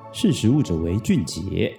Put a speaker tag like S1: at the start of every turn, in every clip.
S1: 识时务者为俊杰。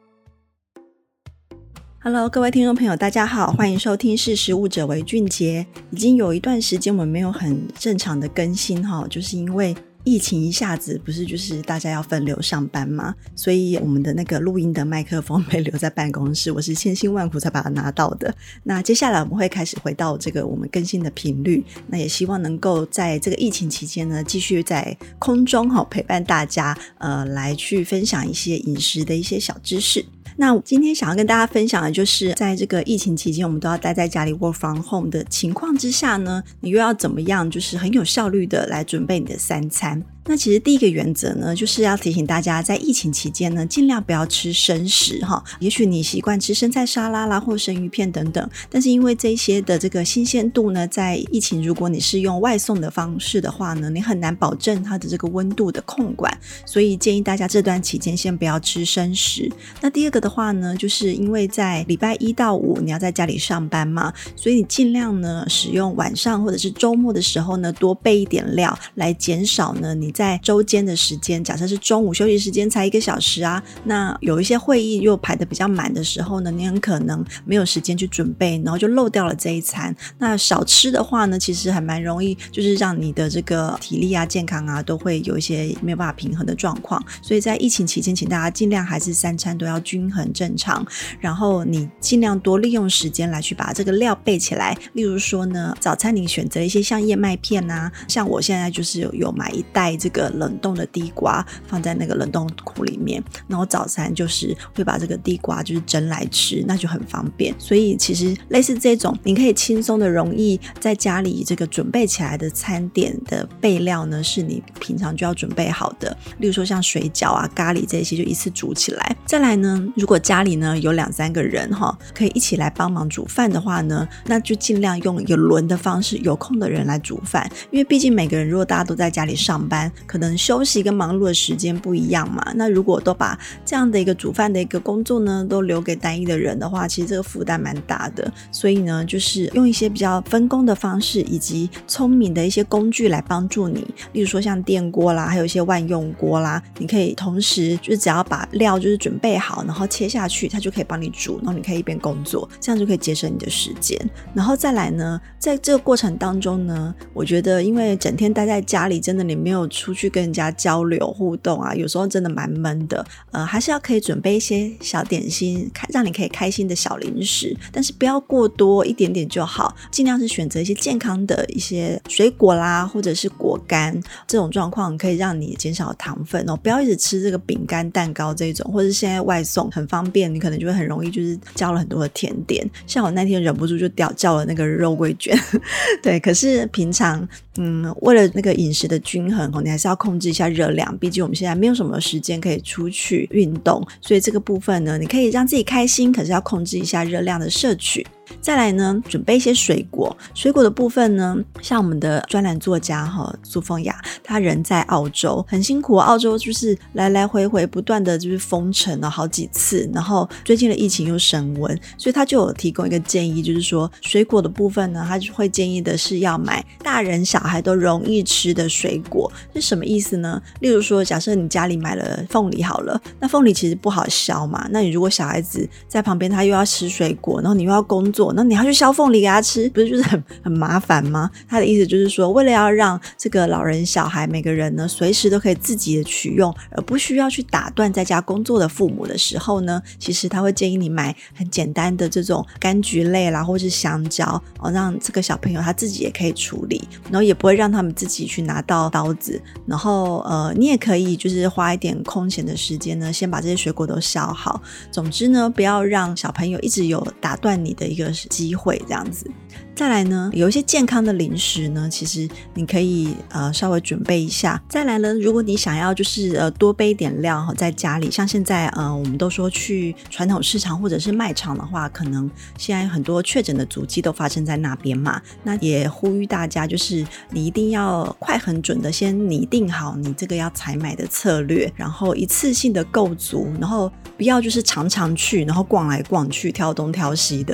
S2: Hello， 各位听众朋友，大家好，欢迎收听识时务者为俊杰。已经有一段时间我们没有很正常的更新就是因为疫情一下子不是就是大家要分流上班嘛，所以我们的那个录音的麦克风被留在办公室，我是千辛万苦才把它拿到的。那接下来我们会开始回到这个我们更新的频率，那也希望能够在这个疫情期间呢，继续在空中陪伴大家来去分享一些饮食的一些小知识。那今天想要跟大家分享的就是在这个疫情期间我们都要待在家里 work from home 的情况之下呢，你又要怎么样就是很有效率的来准备你的三餐。那其实第一个原则呢，就是要提醒大家在疫情期间呢，尽量不要吃生食也许你习惯吃生菜沙拉啦或生鱼片等等，但是因为这些的这个新鲜度呢，在疫情如果你是用外送的方式的话呢，你很难保证它的这个温度的控管，所以建议大家这段期间先不要吃生食。那第二个的话呢，就是因为在礼拜一到五你要在家里上班嘛，所以你尽量呢使用晚上或者是周末的时候呢多备一点料，来减少呢你在周间的时间，假设是中午休息时间才1个小时啊，那有一些会议又排得比较满的时候呢，你很可能没有时间去准备，然后就漏掉了这一餐。那少吃的话呢，其实还蛮容易就是让你的这个体力啊健康啊都会有一些没有办法平衡的状况，所以在疫情期间请大家尽量还是3餐都要均衡正常，然后你尽量多利用时间来去把这个料备起来。例如说呢，早餐你选择一些像燕麦片啊，像我现在就是有买一袋这个冷冻的地瓜放在那个冷冻库里面，然后早餐就是会把这个地瓜就是蒸来吃，那就很方便。所以其实类似这种你可以轻松的容易在家里这个准备起来的餐点的备料呢，是你平常就要准备好的，例如说像水饺啊咖喱这些就一次煮起来。再来呢，如果家里呢有2-3个人可以一起来帮忙煮饭的话呢，那就尽量用一个轮的方式，有空的人来煮饭，因为毕竟每个人如果大家都在家里上班，可能休息跟忙碌的时间不一样嘛，那如果都把这样的一个煮饭的一个工作呢都留给单一的人的话，其实这个负担蛮大的。所以呢，就是用一些比较分工的方式以及聪明的一些工具来帮助你，例如说像电锅啦，还有一些万用锅啦，你可以同时就是只要把料就是准备好，然后切下去，它就可以帮你煮，然后你可以一边工作，这样就可以节省你的时间。然后再来呢，在这个过程当中呢，我觉得因为整天待在家里，真的你没有出去跟人家交流互动啊，有时候真的蛮闷的。还是要可以准备一些小点心，让你可以开心的小零食，但是不要过多，一点点就好。尽量是选择一些健康的一些水果啦，或者是果干，这种状况可以让你减少糖分不要一直吃这个饼干蛋糕这种，或者是现在外送很方便，你可能就会很容易就是叫了很多的甜点，像我那天忍不住就叫了那个肉桂卷对，可是平常为了那个饮食的均衡你还是要控制一下热量，毕竟我们现在没有什么时间可以出去运动，所以这个部分呢，你可以让自己开心，可是要控制一下热量的摄取。再来呢，准备一些水果的部分呢，像我们的专栏作家苏凤雅，她人在澳洲很辛苦，澳洲就是来来回回不断的就是封城了好几次，然后最近的疫情又升温，所以她就有提供一个建议，就是说水果的部分呢，她就会建议的是要买大人小孩都容易吃的水果。是什么意思呢？例如说假设你家里买了凤梨好了，那凤梨其实不好削嘛，那你如果小孩子在旁边他又要吃水果，然后你又要工作，那你还要去削凤梨给他吃，不是就是很麻烦吗？他的意思就是说，为了要让这个老人小孩每个人呢随时都可以自己的取用，而不需要去打断在家工作的父母的时候呢，其实他会建议你买很简单的这种柑橘类啦，或是香蕉让这个小朋友他自己也可以处理，然后也不会让他们自己去拿到刀子，然后你也可以就是花一点空闲的时间呢，先把这些水果都削好。总之呢，不要让小朋友一直有打断你的一个机会这样子。再来呢，有一些健康的零食呢，其实你可以稍微准备一下。再来呢，如果你想要就是多备一点料在家里，像现在我们都说去传统市场或者是卖场的话，可能现在很多确诊的足迹都发生在那边嘛，那也呼吁大家就是你一定要快很准的先拟定好你这个要采买的策略，然后一次性的购足，然后不要就是常常去，然后逛来逛去挑东挑西的，就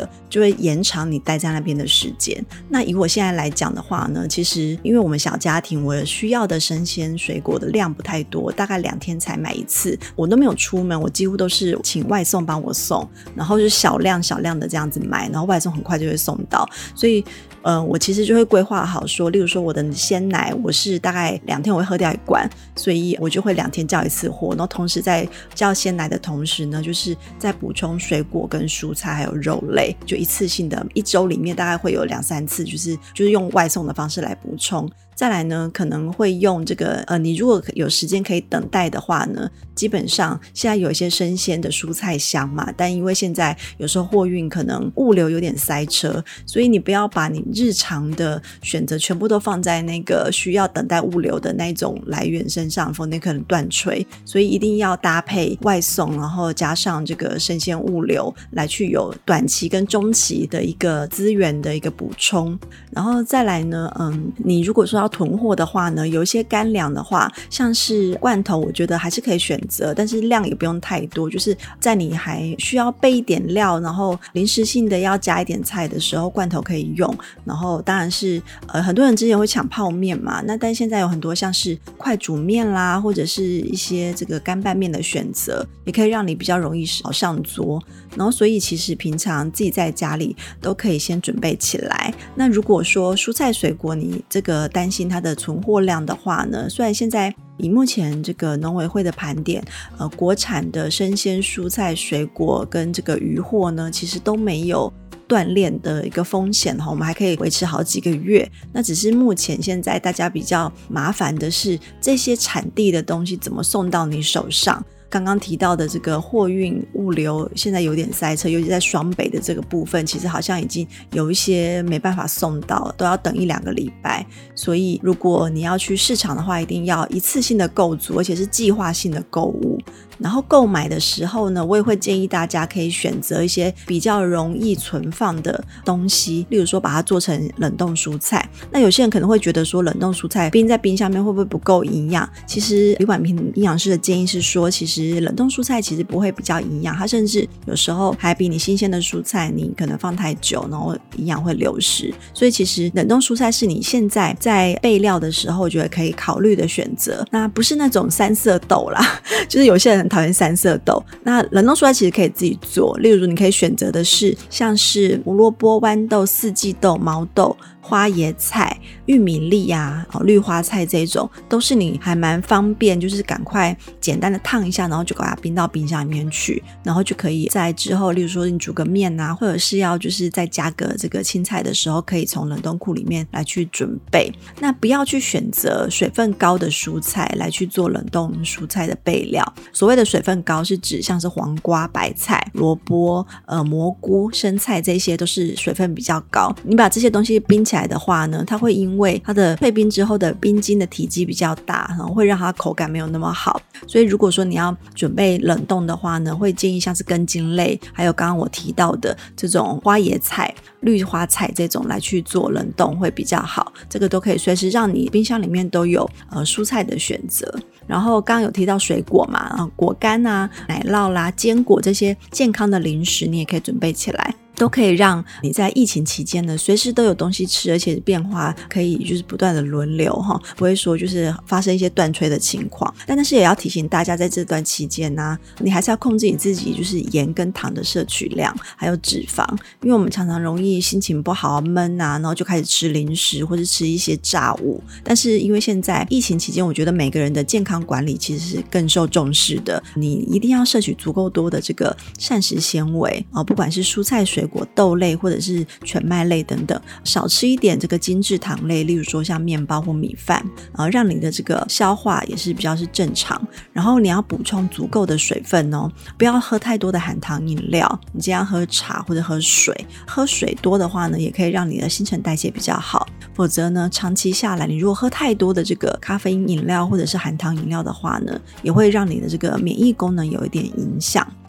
S2: 会延长你待在那边的时间。那以我现在来讲的话呢，其实因为我们小家庭，我需要的生鲜水果的量不太多，大概2天才买一次，我都没有出门，我几乎都是请外送帮我送，然后就小量的这样子买，然后外送很快就会送到。所以我其实就会规划好说，例如说我的鲜奶我是大概2天我会喝掉1罐，所以我就会2天叫一次货，然后同时在叫鲜奶的同时呢，就是在补充水果跟蔬菜还有肉类，就一次性的，1周里面大概会有2-3次就是用外送的方式来补充。再来呢，可能会用这个你如果有时间可以等待的话呢，基本上现在有一些生鲜的蔬菜箱嘛，但因为现在有时候货运可能物流有点塞车，所以你不要把你日常的选择全部都放在那个需要等待物流的那种来源身上，否则可能断炊，所以一定要搭配外送，然后加上这个生鲜物流来去有短期跟中期的一个资源的一个补充。然后再来呢，你如果说要囤货的话呢，有一些干粮的话，像是罐头我觉得还是可以选择，但是量也不用太多，就是在你还需要备一点料，然后临时性的要加一点菜的时候，罐头可以用。然后当然是很多人之前会抢泡面嘛，那但现在有很多像是快煮面啦，或者是一些这个干拌面的选择，也可以让你比较容易少上桌。然后所以其实平常自己在家里都可以先准备起来。那如果说蔬菜水果你这个担心它的存货量的话呢，虽然现在以目前这个农委会的盘点，国产的生鲜蔬菜水果跟这个鱼货呢，其实都没有断链的一个风险，我们还可以维持好几个月。那只是目前现在大家比较麻烦的是，这些产地的东西怎么送到你手上。刚刚提到的这个货运物流现在有点塞车，尤其在双北的这个部分，其实好像已经有一些没办法送到，都要等1-2个礼拜。所以如果你要去市场的话，一定要一次性的购足，而且是计划性的购物。然后购买的时候呢，我也会建议大家可以选择一些比较容易存放的东西，例如说把它做成冷冻蔬菜。那有些人可能会觉得说冷冻蔬菜冰在冰箱面会不会不够营养，其实李婉萍营养师的建议是说，其实冷冻蔬菜其实不会比较营养，它甚至有时候还比你新鲜的蔬菜你可能放太久，然后营养会流失。所以其实冷冻蔬菜是你现在在备料的时候我觉得可以考虑的选择。那不是那种3色豆啦，就是有些人很讨厌3色豆，那冷冻蔬菜其实可以自己做，例如你可以选择的是像是胡萝卜、豌豆、四季豆、毛豆、花椰菜、玉米粒啊、绿花菜，这种都是你还蛮方便，就是赶快简单的烫一下，然后就把它冰到冰箱里面去，然后就可以在之后例如说你煮个面啊，或者是要就是再加个这个青菜的时候，可以从冷冻库里面来去准备。那不要去选择水分高的蔬菜来去做冷冻蔬菜的备料。所谓的水分高是指像是黄瓜、白菜、萝卜、蘑菇、生菜，这些都是水分比较高。你把这些东西冰起来的话呢，它会因为它的退冰之后的冰晶的体积比较大，然后会让它口感没有那么好。所以如果说你要准备冷冻的话呢，会建议像是根茎类，还有刚刚我提到的这种花椰菜、绿花菜这种来去做冷冻会比较好。这个都可以随时让你冰箱里面都有蔬菜的选择。然后刚刚有提到水果嘛，果干啊、奶酪啦、坚果这些健康的零食你也可以准备起来，都可以让你在疫情期间呢随时都有东西吃，而且变化可以就是不断的轮流不会说就是发生一些断炊的情况。但是也要提醒大家，在这段期间呢，你还是要控制你自己就是盐跟糖的摄取量还有脂肪，因为我们常常容易心情不好闷啊，然后就开始吃零食或是吃一些炸物。但是因为现在疫情期间，我觉得每个人的健康管理其实是更受重视的，你一定要摄取足够多的这个膳食纤维不管是蔬菜水果、豆类或者是全麦类等等，少吃一点这个精制糖类，例如说像面包或米饭让你的这个消化也是比较是正常。然后你要补充足够的水分不要喝太多的含糖饮料，你尽量喝茶或者喝水。喝水多的话呢，也可以让你的新陈代谢比较好，否则呢长期下来，你如果喝太多的这个咖啡因饮料或者是含糖饮料的话呢，也会让你的这个免疫功能有一点影响。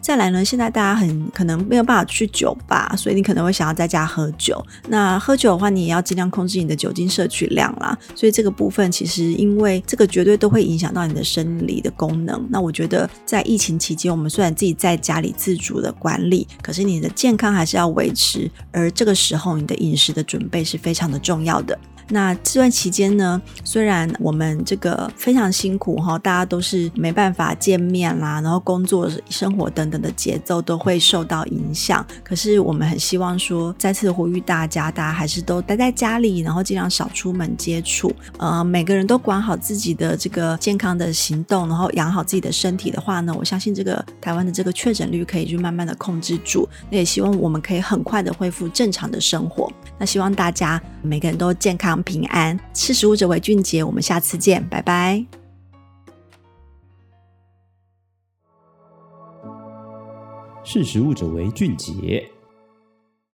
S2: 再来呢，现在大家可能没有办法去酒吧，所以你可能会想要在家喝酒。那喝酒的话，你也要尽量控制你的酒精摄取量啦。所以这个部分其实因为这个绝对都会影响到你的生理的功能。那我觉得在疫情期间，我们虽然自己在家里自主的管理，可是你的健康还是要维持，而这个时候你的饮食的准备是非常的重要的。那这段期间呢，虽然我们这个非常辛苦大家都是没办法见面啦，然后工作生活等等的节奏都会受到影响，可是我们很希望说再次呼吁大家还是都待在家里，然后尽量少出门接触，每个人都管好自己的这个健康的行动，然后养好自己的身体的话呢，我相信这个台湾的这个确诊率可以去慢慢的控制住，那也希望我们可以很快的恢复正常的生活。那希望大家每个人都健康平安，识时务者为俊杰，我们下次见，拜拜。
S1: 识时务者为俊杰。